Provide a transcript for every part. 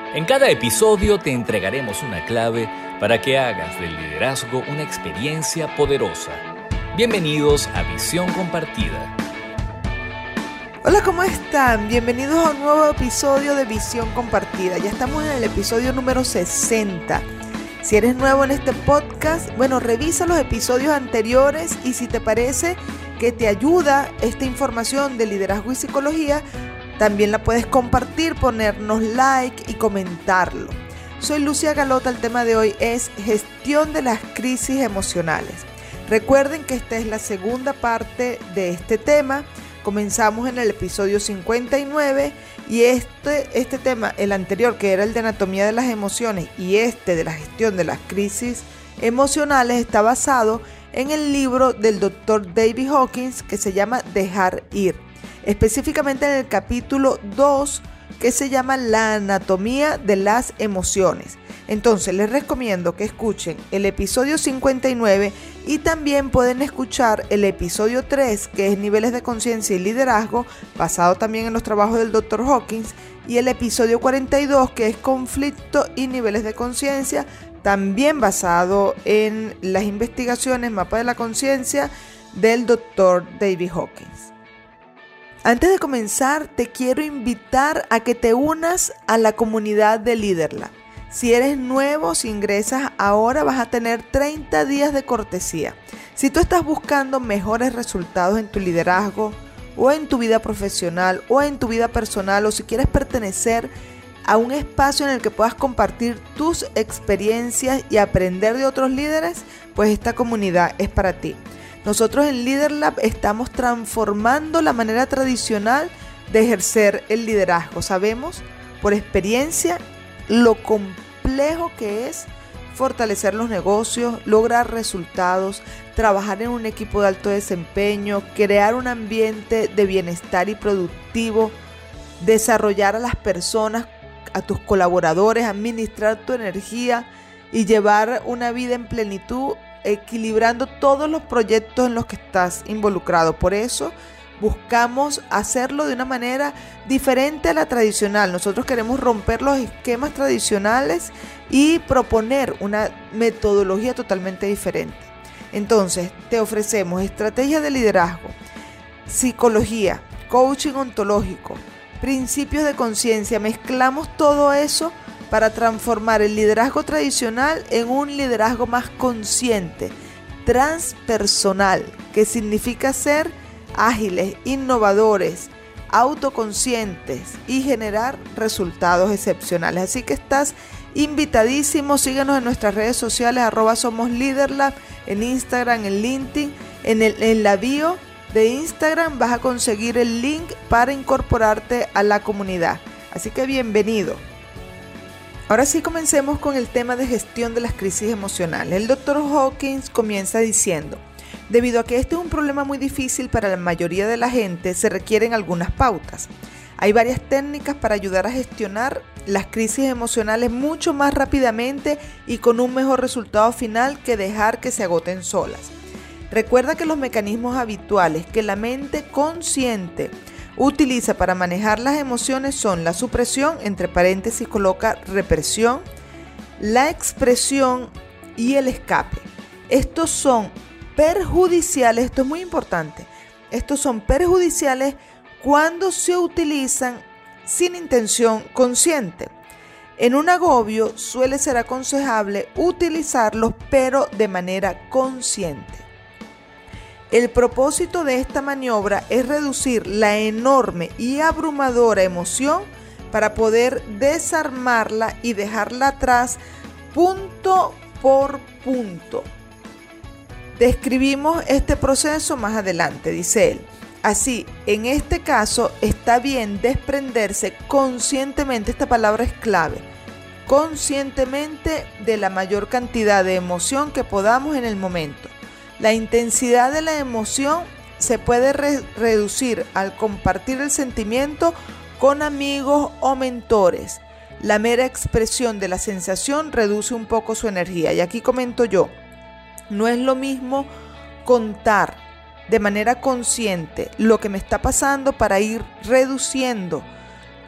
En cada episodio te entregaremos una clave para que hagas del liderazgo una experiencia poderosa. Bienvenidos a Visión Compartida. Hola, ¿cómo están? Bienvenidos a un nuevo episodio de Visión Compartida. Ya estamos en el episodio número 60. Si eres nuevo en este podcast, revisa los episodios anteriores y si te parece que te ayuda esta información de liderazgo y psicología, también la puedes compartir, ponernos like y comentarlo. Soy Lucia Galota, el tema de hoy es gestión de las crisis emocionales. Recuerden que esta es la segunda parte de este tema. Comenzamos en el episodio 59 y este tema, el anterior que era el de anatomía de las emociones y este de la gestión de las crisis emocionales, está basado en el libro del Dr. David Hawkins que se llama Dejar Ir, específicamente en el capítulo 2 que se llama La anatomía de las emociones. Entonces les recomiendo que escuchen el episodio 59 y también pueden escuchar el episodio 3 que es niveles de conciencia y liderazgo, basado también en los trabajos del Dr. Hawkins, y el episodio 42 que es conflicto y niveles de conciencia, también basado en las investigaciones mapa de la conciencia del Dr. David Hawkins. Antes de comenzar, te quiero invitar a que te unas a la comunidad de LeaderLab. Si eres nuevo, si ingresas ahora, vas a tener 30 días de cortesía. Si tú estás buscando mejores resultados en tu liderazgo, o en tu vida profesional, o en tu vida personal, o si quieres pertenecer a un espacio en el que puedas compartir tus experiencias y aprender de otros líderes, pues esta comunidad es para ti. Nosotros en LeaderLab estamos transformando la manera tradicional de ejercer el liderazgo. Sabemos por experiencia lo complejo que es fortalecer los negocios, lograr resultados, trabajar en un equipo de alto desempeño, crear un ambiente de bienestar y productivo, desarrollar a las personas, a tus colaboradores, administrar tu energía y llevar una vida en plenitud, equilibrando todos los proyectos en los que estás involucrado. Por eso buscamos hacerlo de una manera diferente a la tradicional. Nosotros queremos romper los esquemas tradicionales y proponer una metodología totalmente diferente. Entonces, te ofrecemos estrategias de liderazgo, psicología, coaching ontológico, principios de conciencia. Mezclamos todo eso para transformar el liderazgo tradicional en un liderazgo más consciente, transpersonal, que significa ser ágiles, innovadores, autoconscientes y generar resultados excepcionales. Así que estás invitadísimo. Síguenos en nuestras redes sociales, @SomosLeaderLab, en Instagram, en LinkedIn, en la bio de Instagram vas a conseguir el link para incorporarte a la comunidad. Así que bienvenido. Ahora sí, comencemos con el tema de gestión de las crisis emocionales. El Dr. Hawkins comienza diciendo: debido a que este es un problema muy difícil para la mayoría de la gente, se requieren algunas pautas. Hay varias técnicas para ayudar a gestionar las crisis emocionales mucho más rápidamente y con un mejor resultado final que dejar que se agoten solas. Recuerda que los mecanismos habituales que la mente consciente utiliza para manejar las emociones son la supresión, entre paréntesis coloca represión, la expresión y el escape. Estos son perjudiciales, esto es muy importante, estos son perjudiciales cuando se utilizan sin intención consciente. En un agobio suele ser aconsejable utilizarlos, pero de manera consciente. El propósito de esta maniobra es reducir la enorme y abrumadora emoción para poder desarmarla y dejarla atrás punto por punto. Describimos este proceso más adelante, dice él. Así, en este caso, está bien desprenderse conscientemente, esta palabra es clave, conscientemente de la mayor cantidad de emoción que podamos en el momento. La intensidad de la emoción se puede reducir al compartir el sentimiento con amigos o mentores. La mera expresión de la sensación reduce un poco su energía. Y aquí comento yo, no es lo mismo contar de manera consciente lo que me está pasando para ir reduciendo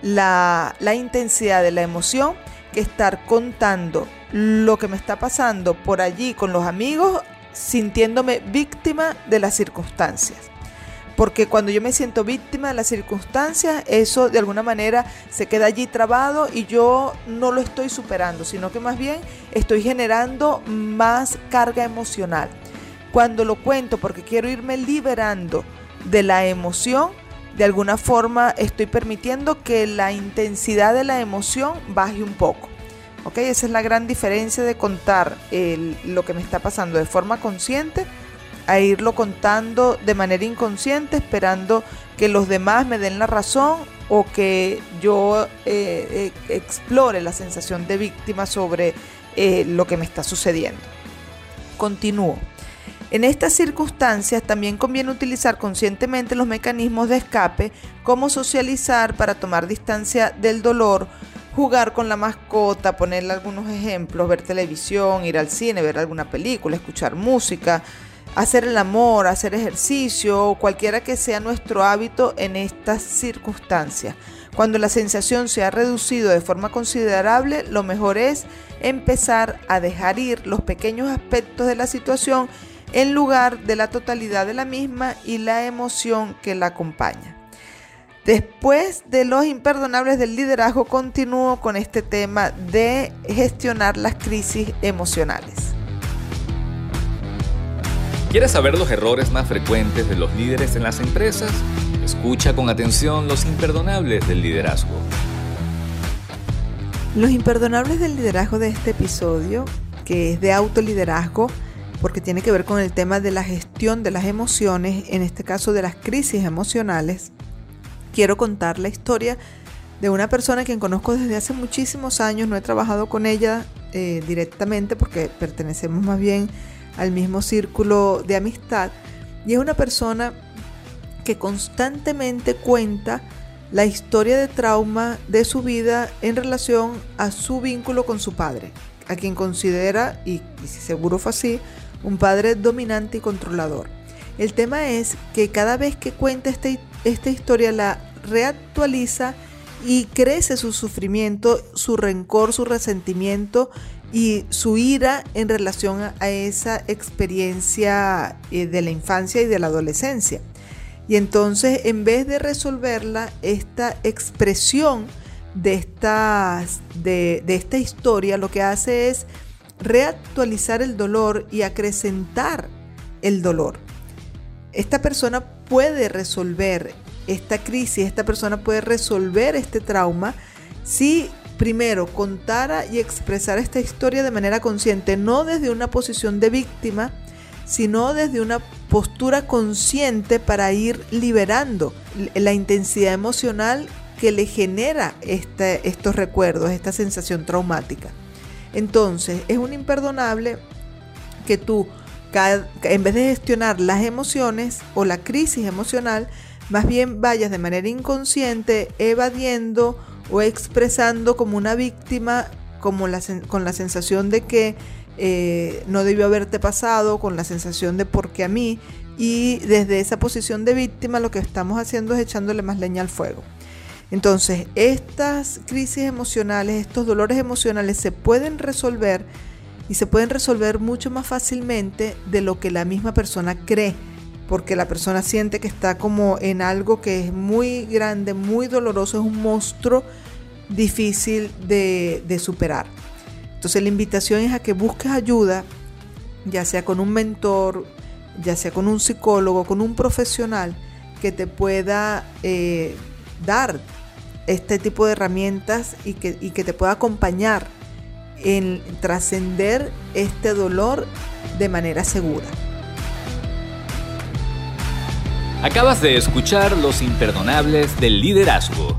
la intensidad de la emoción que estar contando lo que me está pasando por allí con los amigos, sintiéndome víctima de las circunstancias. Porque cuando yo me siento víctima de las circunstancias, eso de alguna manera se queda allí trabado y yo no lo estoy superando, sino que más bien estoy generando más carga emocional. Cuando lo cuento porque quiero irme liberando de la emoción, de alguna forma estoy permitiendo que la intensidad de la emoción baje un poco. ¿Ok? Esa es la gran diferencia de contar lo que me está pasando de forma consciente a irlo contando de manera inconsciente, esperando que los demás me den la razón o que yo explore la sensación de víctima sobre lo que me está sucediendo. Continúo. En estas circunstancias también conviene utilizar conscientemente los mecanismos de escape, como socializar para tomar distancia del dolor, jugar con la mascota, ponerle algunos ejemplos, ver televisión, ir al cine, ver alguna película, escuchar música, hacer el amor, hacer ejercicio, cualquiera que sea nuestro hábito en estas circunstancias. Cuando la sensación se ha reducido de forma considerable, lo mejor es empezar a dejar ir los pequeños aspectos de la situación en lugar de la totalidad de la misma y la emoción que la acompaña. Después de los imperdonables del liderazgo, continúo con este tema de gestionar las crisis emocionales. ¿Quieres saber los errores más frecuentes de los líderes en las empresas? Escucha con atención los imperdonables del liderazgo. Los imperdonables del liderazgo de este episodio, que es de autoliderazgo, porque tiene que ver con el tema de la gestión de las emociones, en este caso de las crisis emocionales. Quiero contar la historia de una persona que conozco desde hace muchísimos años. No he trabajado con ella directamente porque pertenecemos más bien al mismo círculo de amistad. Y es una persona que constantemente cuenta la historia de trauma de su vida en relación a su vínculo con su padre, a quien considera, y seguro fue así, un padre dominante y controlador. El tema es que cada vez que cuenta esta historia la reactualiza y crece su sufrimiento, su rencor, su resentimiento y su ira en relación a esa experiencia de la infancia y de la adolescencia. Y entonces, en vez de resolverla, esta expresión de esta historia lo que hace es reactualizar el dolor y acrecentar el dolor. Esta persona puede resolver esta crisis, esta persona puede resolver este trauma si primero contara y expresara esta historia de manera consciente, no desde una posición de víctima, sino desde una postura consciente para ir liberando la intensidad emocional que le genera estos recuerdos, esta sensación traumática. Entonces, es un imperdonable que tú, en vez de gestionar las emociones o la crisis emocional, más bien vayas de manera inconsciente evadiendo o expresando como una víctima, con la sensación de que no debió haberte pasado, con la sensación de ¿por qué a mí? Y desde esa posición de víctima lo que estamos haciendo es echándole más leña al fuego. Entonces, estas crisis emocionales, estos dolores emocionales se pueden resolver y se pueden resolver mucho más fácilmente de lo que la misma persona cree, porque la persona siente que está como en algo que es muy grande, muy doloroso, es un monstruo difícil de superar. Entonces, la invitación es a que busques ayuda, ya sea con un mentor, ya sea con un psicólogo, con un profesional que te pueda dar este tipo de herramientas y que te pueda acompañar en trascender este dolor de manera segura. Acabas de escuchar Los Imperdonables del Liderazgo.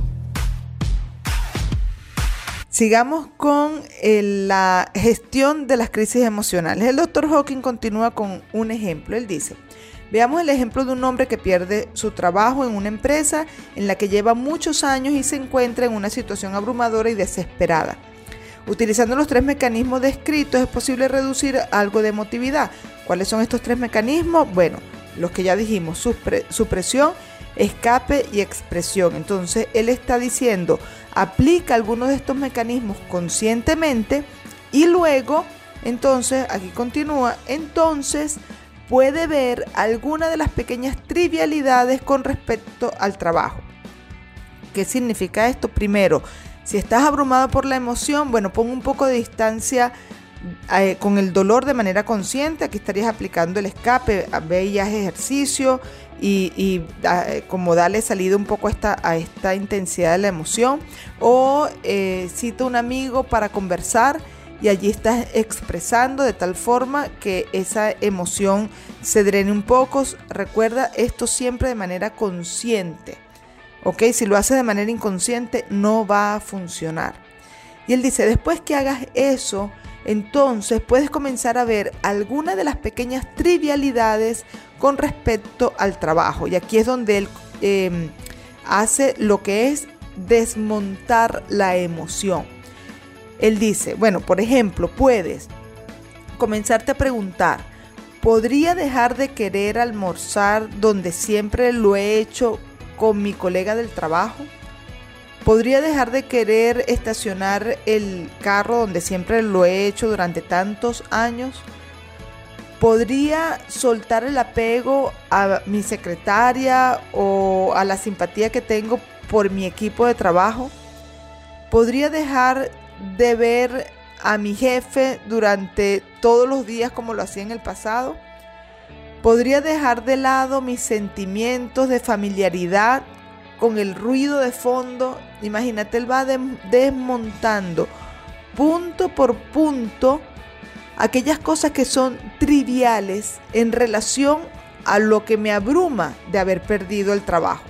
Sigamos con la gestión de las crisis emocionales. El Dr. Hawking continúa con un ejemplo. Él dice: veamos el ejemplo de un hombre que pierde su trabajo en una empresa en la que lleva muchos años y se encuentra en una situación abrumadora y desesperada. Utilizando los 3 mecanismos descritos es posible reducir algo de emotividad. ¿Cuáles son estos 3 mecanismos? Bueno, los que ya dijimos, supresión, escape y expresión. Entonces él está diciendo, aplica algunos de estos mecanismos conscientemente y luego, entonces, aquí continúa, entonces puede ver alguna de las pequeñas trivialidades con respecto al trabajo. ¿Qué significa esto? Primero, si estás abrumado por la emoción, bueno, pon un poco de distancia con el dolor de manera consciente. Aquí estarías aplicando el escape, ve y haz ejercicio y como darle salida un poco a esta intensidad de la emoción. O cita a un amigo para conversar y allí estás expresando de tal forma que esa emoción se drene un poco. Recuerda esto siempre de manera consciente. ¿Ok? Si lo haces de manera inconsciente no va a funcionar. Y él dice, después que hagas eso, entonces puedes comenzar a ver algunas de las pequeñas trivialidades con respecto al trabajo. Y aquí es donde él hace lo que es desmontar la emoción. Él dice, bueno, por ejemplo, puedes comenzarte a preguntar, ¿podría dejar de querer almorzar donde siempre lo he hecho con mi colega del trabajo? ¿Podría dejar de querer estacionar el carro donde siempre lo he hecho durante tantos años? ¿Podría soltar el apego a mi secretaria o a la simpatía que tengo por mi equipo de trabajo? ¿Podría dejar de ver a mi jefe durante todos los días como lo hacía en el pasado? ¿Podría dejar de lado mis sentimientos de familiaridad con el ruido de fondo? Imagínate, él va desmontando punto por punto aquellas cosas que son triviales en relación a lo que me abruma de haber perdido el trabajo.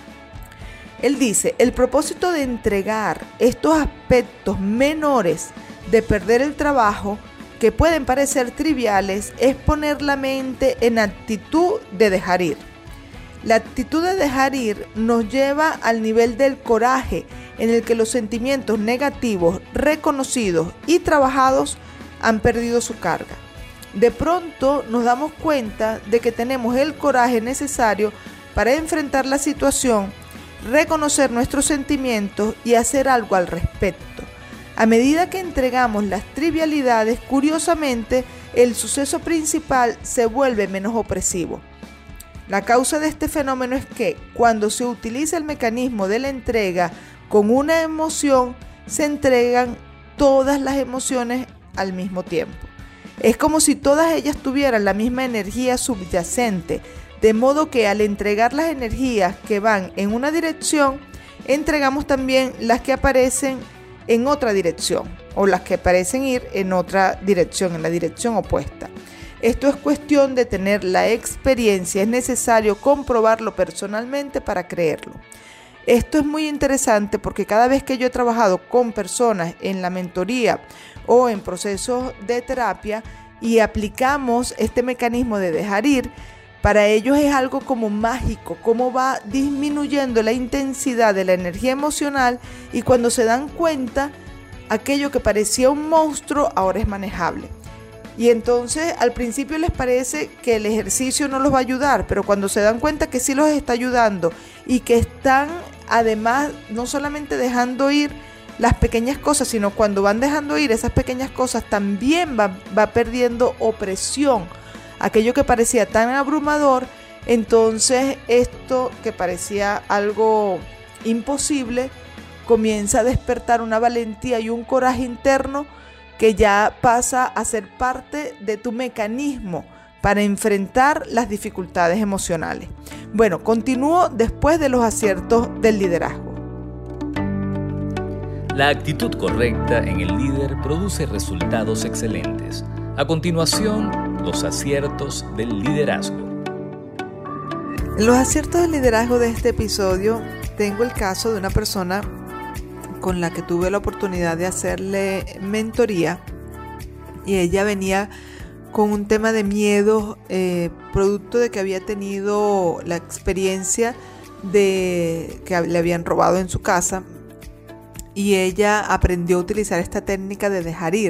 Él dice, el propósito de entregar estos aspectos menores de perder el trabajo, que pueden parecer triviales, es poner la mente en actitud de dejar ir. La actitud de dejar ir nos lleva al nivel del coraje, en el que los sentimientos negativos reconocidos y trabajados han perdido su carga. De pronto nos damos cuenta de que tenemos el coraje necesario para enfrentar la situación, reconocer nuestros sentimientos y hacer algo al respecto. A medida que entregamos las trivialidades, curiosamente, el suceso principal se vuelve menos opresivo. La causa de este fenómeno es que, cuando se utiliza el mecanismo de la entrega con una emoción, se entregan todas las emociones al mismo tiempo. Es como si todas ellas tuvieran la misma energía subyacente, de modo que al entregar las energías que van en una dirección, entregamos también las que aparecen en otra dirección o las que parecen ir en otra dirección, en la dirección opuesta. Esto es cuestión de tener la experiencia, es necesario comprobarlo personalmente para creerlo. Esto es muy interesante porque cada vez que yo he trabajado con personas en la mentoría o en procesos de terapia y aplicamos este mecanismo de dejar ir, para ellos es algo como mágico, cómo va disminuyendo la intensidad de la energía emocional y cuando se dan cuenta, aquello que parecía un monstruo ahora es manejable. Y entonces al principio les parece que el ejercicio no los va a ayudar, pero cuando se dan cuenta que sí los está ayudando y que están además no solamente dejando ir las pequeñas cosas, sino cuando van dejando ir esas pequeñas cosas también va perdiendo opresión. Aquello que parecía tan abrumador, entonces esto que parecía algo imposible comienza a despertar una valentía y un coraje interno que ya pasa a ser parte de tu mecanismo para enfrentar las dificultades emocionales. Bueno, continúo después de los aciertos del liderazgo. La actitud correcta en el líder produce resultados excelentes. A continuación, los aciertos del liderazgo. En los aciertos del liderazgo de este episodio tengo el caso de una persona con la que tuve la oportunidad de hacerle mentoría y ella venía con un tema de miedo, producto de que había tenido la experiencia de que le habían robado en su casa y ella aprendió a utilizar esta técnica de dejar ir,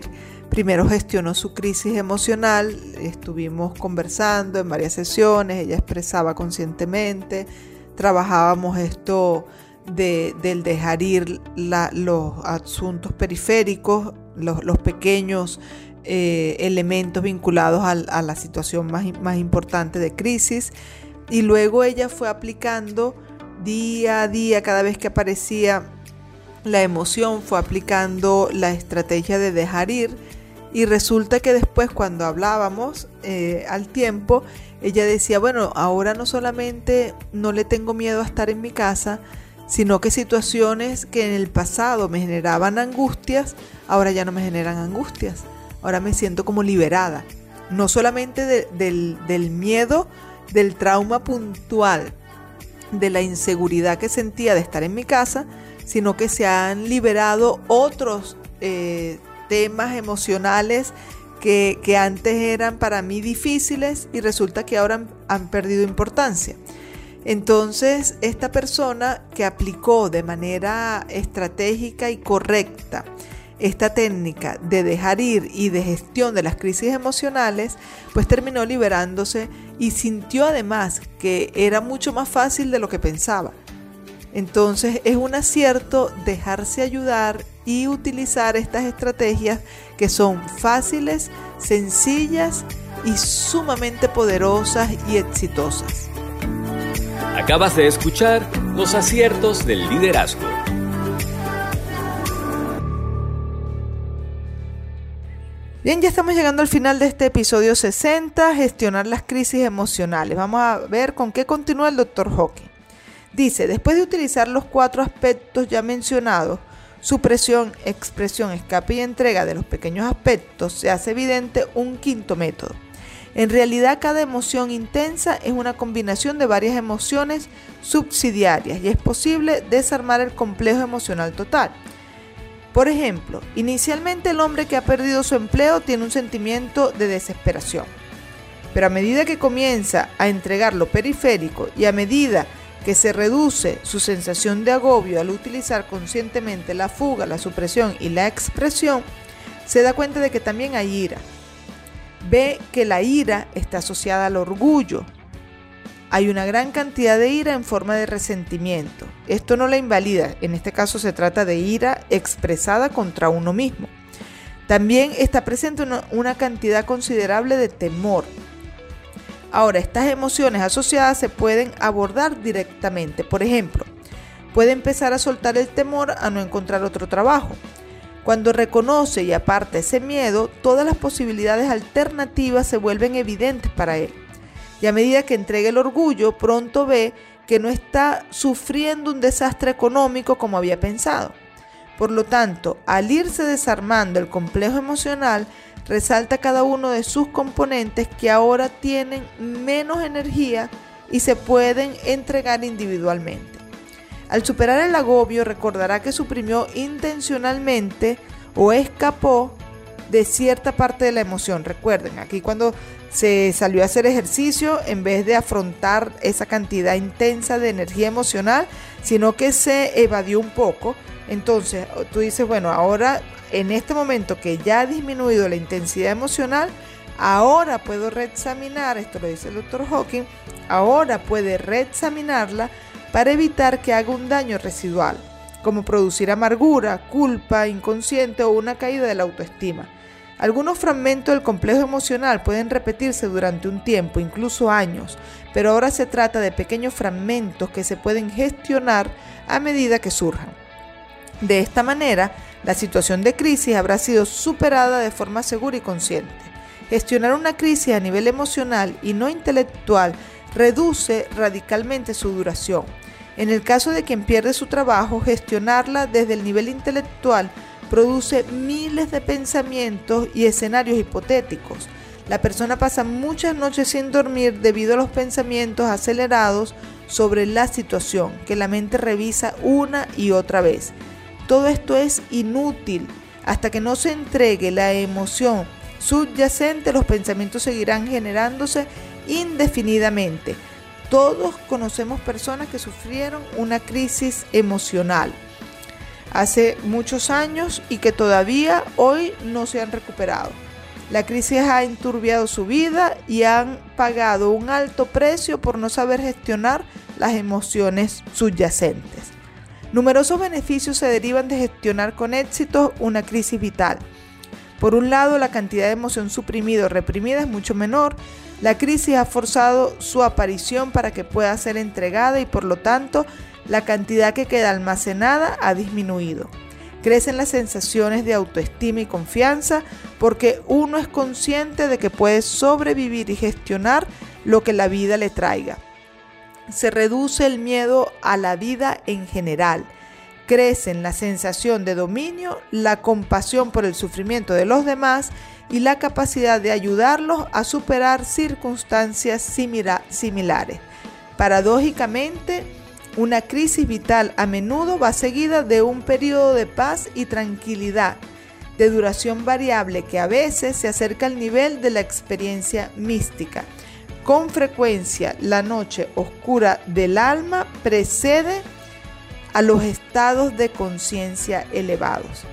Primero gestionó su crisis emocional, estuvimos conversando en varias sesiones, ella expresaba conscientemente, trabajábamos esto del dejar ir los asuntos periféricos, los pequeños elementos vinculados a la situación más importante de crisis, y luego ella fue aplicando día a día, cada vez que aparecía la emoción, fue aplicando la estrategia de dejar ir, y resulta que después, cuando hablábamos al tiempo, ella decía, bueno, ahora no solamente no le tengo miedo a estar en mi casa, sino que situaciones que en el pasado me generaban angustias, ahora ya no me generan angustias. Ahora me siento como liberada, no solamente del miedo, del trauma puntual, de la inseguridad que sentía de estar en mi casa, sino que se han liberado otros temas emocionales que antes eran para mí difíciles y resulta que ahora han perdido importancia. Entonces, esta persona que aplicó de manera estratégica y correcta esta técnica de dejar ir y de gestión de las crisis emocionales, pues terminó liberándose y sintió además que era mucho más fácil de lo que pensaba. Entonces es un acierto dejarse ayudar y utilizar estas estrategias que son fáciles, sencillas y sumamente poderosas y exitosas. Acabas de escuchar los aciertos del liderazgo. Bien, ya estamos llegando al final de este episodio 60, gestionar las crisis emocionales. Vamos a ver con qué continúa el Dr. Hawking. Dice, después de utilizar los 4 aspectos ya mencionados, supresión, expresión, escape y entrega de los pequeños aspectos, se hace evidente un quinto método. En realidad, cada emoción intensa es una combinación de varias emociones subsidiarias y es posible desarmar el complejo emocional total. Por ejemplo, inicialmente el hombre que ha perdido su empleo tiene un sentimiento de desesperación, pero a medida que comienza a entregar lo periférico y a medida que se reduce su sensación de agobio al utilizar conscientemente la fuga, la supresión y la expresión, se da cuenta de que también hay ira. Ve que la ira está asociada al orgullo. Hay una gran cantidad de ira en forma de resentimiento. Esto no la invalida, en este caso se trata de ira expresada contra uno mismo. También está presente una cantidad considerable de temor. Ahora, estas emociones asociadas se pueden abordar directamente. Por ejemplo, puede empezar a soltar el temor a no encontrar otro trabajo. Cuando reconoce y aparta ese miedo, todas las posibilidades alternativas se vuelven evidentes para él. Y a medida que entrega el orgullo, pronto ve que no está sufriendo un desastre económico como había pensado. Por lo tanto, al irse desarmando el complejo emocional, resalta cada uno de sus componentes que ahora tienen menos energía y se pueden entregar individualmente. Al superar el agobio, recordará que suprimió intencionalmente o escapó de cierta parte de la emoción. Recuerden, aquí cuando se salió a hacer ejercicio, en vez de afrontar esa cantidad intensa de energía emocional, sino que se evadió un poco. Entonces tú dices, bueno, ahora en este momento que ya ha disminuido la intensidad emocional, ahora puedo reexaminar, esto lo dice el Dr. Hawking, ahora puede reexaminarla para evitar que haga un daño residual, como producir amargura, culpa inconsciente o una caída de la autoestima. Algunos fragmentos del complejo emocional pueden repetirse durante un tiempo, incluso años, pero ahora se trata de pequeños fragmentos que se pueden gestionar a medida que surjan. De esta manera, la situación de crisis habrá sido superada de forma segura y consciente. Gestionar una crisis a nivel emocional y no intelectual reduce radicalmente su duración. En el caso de quien pierde su trabajo, gestionarla desde el nivel intelectual produce miles de pensamientos y escenarios hipotéticos. La persona pasa muchas noches sin dormir debido a los pensamientos acelerados sobre la situación que la mente revisa una y otra vez. Todo esto es inútil. Hasta que no se entregue la emoción subyacente, los pensamientos seguirán generándose indefinidamente. Todos conocemos personas que sufrieron una crisis emocional. hace muchos años y que todavía hoy no se han recuperado. La crisis ha enturbiado su vida y han pagado un alto precio por no saber gestionar las emociones subyacentes. Numerosos beneficios se derivan de gestionar con éxito una crisis vital. Por un lado, la cantidad de emoción suprimida o reprimida es mucho menor. La crisis ha forzado su aparición para que pueda ser entregada y por lo tanto la cantidad que queda almacenada ha disminuido. Crecen las sensaciones de autoestima y confianza porque uno es consciente de que puede sobrevivir y gestionar lo que la vida le traiga. Se reduce el miedo a la vida en general. Crecen la sensación de dominio, la compasión por el sufrimiento de los demás y la capacidad de ayudarlos a superar circunstancias similares. Paradójicamente, una crisis vital a menudo va seguida de un periodo de paz y tranquilidad, de duración variable que a veces se acerca al nivel de la experiencia mística. Con frecuencia, la noche oscura del alma precede a los estados de conciencia elevados.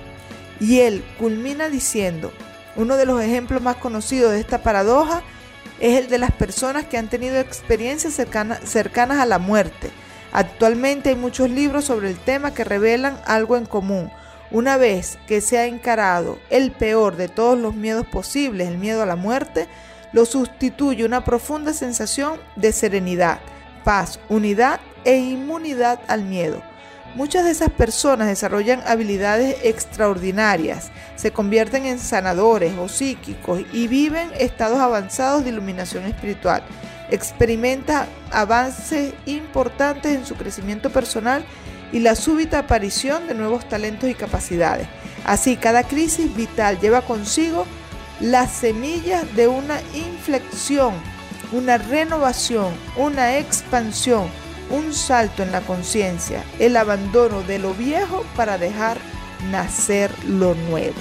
Y él culmina diciendo, uno de los ejemplos más conocidos de esta paradoja es el de las personas que han tenido experiencias cercanas a la muerte. Actualmente hay muchos libros sobre el tema que revelan algo en común. Una vez que se ha encarado el peor de todos los miedos posibles, el miedo a la muerte, lo sustituye una profunda sensación de serenidad, paz, unidad e inmunidad al miedo. Muchas de esas personas desarrollan habilidades extraordinarias, se convierten en sanadores o psíquicos y viven estados avanzados de iluminación espiritual. Experimentan avances importantes en su crecimiento personal y la súbita aparición de nuevos talentos y capacidades. Así, cada crisis vital lleva consigo las semillas de una inflexión, una renovación, una expansión, un salto en la conciencia, el abandono de lo viejo para dejar nacer lo nuevo.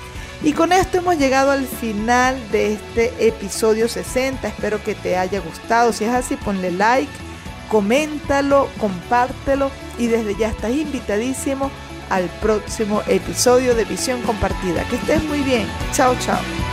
Y con esto hemos llegado al final de este episodio 60. Espero que te haya gustado. Si es así, ponle like, coméntalo, compártelo y desde ya estás invitadísimo al próximo episodio de Visión Compartida. Que estés muy bien. Chao, chao.